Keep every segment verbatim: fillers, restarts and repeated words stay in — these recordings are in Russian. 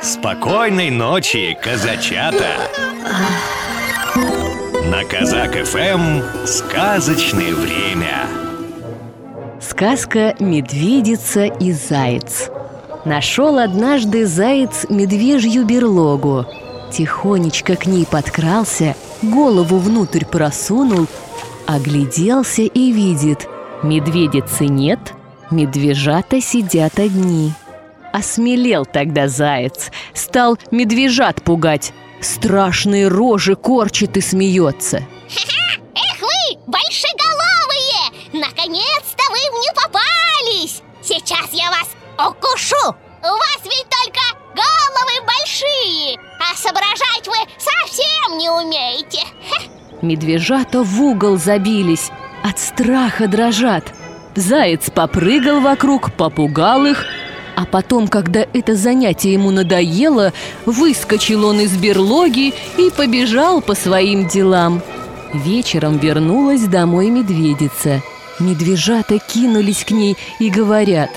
Спокойной ночи, казачата! На Казак эф эм сказочное время. Сказка «Медведица и заяц». Нашел однажды заяц медвежью берлогу. Тихонечко к ней подкрался, голову внутрь просунул, огляделся и видит: медведицы нет, медвежата сидят одни. Осмелел тогда заяц, стал медвежат пугать, страшные рожи корчит и смеется. Эх вы, большеголовые! Наконец-то вы мне попались! Сейчас я вас укушу! У вас ведь только головы большие, а соображать вы совсем не умеете. Медвежата в угол забились, от страха дрожат. Заяц попрыгал вокруг, попугал их, а потом, когда это занятие ему надоело, выскочил он из берлоги и побежал по своим делам. Вечером вернулась домой медведица. Медвежата кинулись к ней и говорят: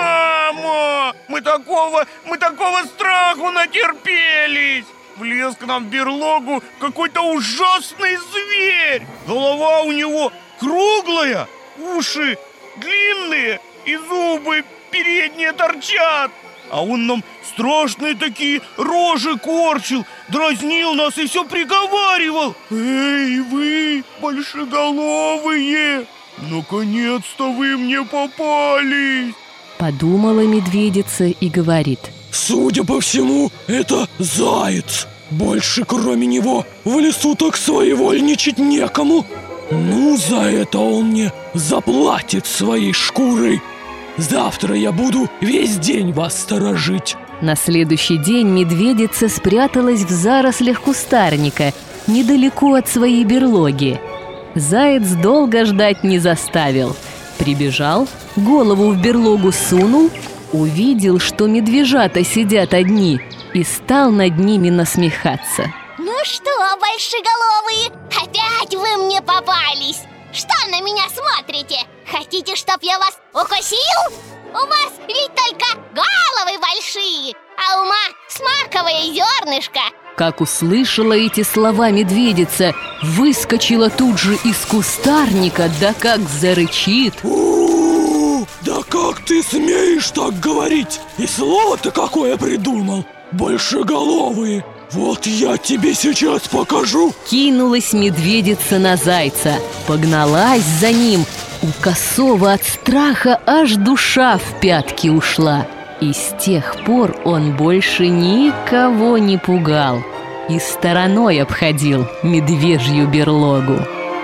«Мамо, мы такого, мы такого страху натерпелись! Влез к нам в берлогу какой-то ужасный зверь! Голова у него круглая, уши длинные и зубы передние торчат. А он нам страшные такие рожи корчил, дразнил нас и все приговаривал: эй, вы, большеголовые, наконец-то вы мне попались!» Подумала медведица и говорит: «Судя по всему, это заяц. Больше кроме него в лесу так своевольничать некому. Ну, за это он мне заплатит своей шкурой. Завтра я буду весь день вас сторожить». На следующий день медведица спряталась в зарослях кустарника, недалеко от своей берлоги. Заяц долго ждать не заставил. Прибежал, голову в берлогу сунул, увидел, что медвежата сидят одни, и стал над ними насмехаться. Ну что, большеголовые, опять вы мне попались? Что на меня смотрите? Хотите, чтоб я вас укусил? У вас ведь только головы большие, а ума с маковое зернышко. Как услышала эти слова медведица, выскочила тут же из кустарника, да как зарычит: «У-у-у! Да как ты смеешь так говорить? И слово-то какое придумал! Большеголовые! Вот я тебе сейчас покажу!» Кинулась медведица на зайца, погналась за ним. У косого от страха аж душа в пятки ушла. И с тех пор он больше никого не пугал и стороной обходил медвежью берлогу.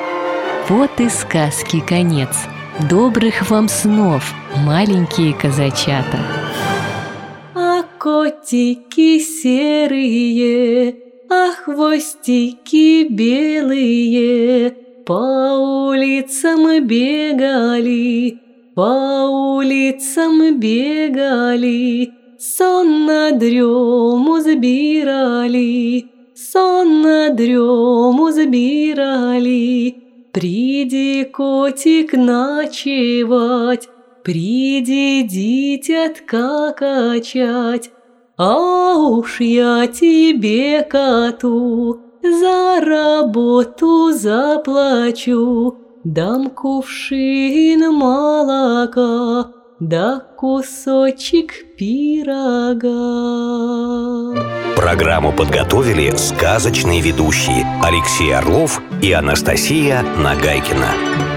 Вот и сказки конец. Добрых вам снов, маленькие казачата. А котики серые, а хвостики белые по улицам бегали, по улицам бегали, сон на дрему сбирали, сон на дрему сбирали. Приди, котик, ночевать, приди, дитятка качать, а уж я тебе, коту, за работу заплачу. Дам кувшин молока, да кусочек пирога. Программу подготовили сказочные ведущие Алексей Орлов и Анастасия Нагайкина.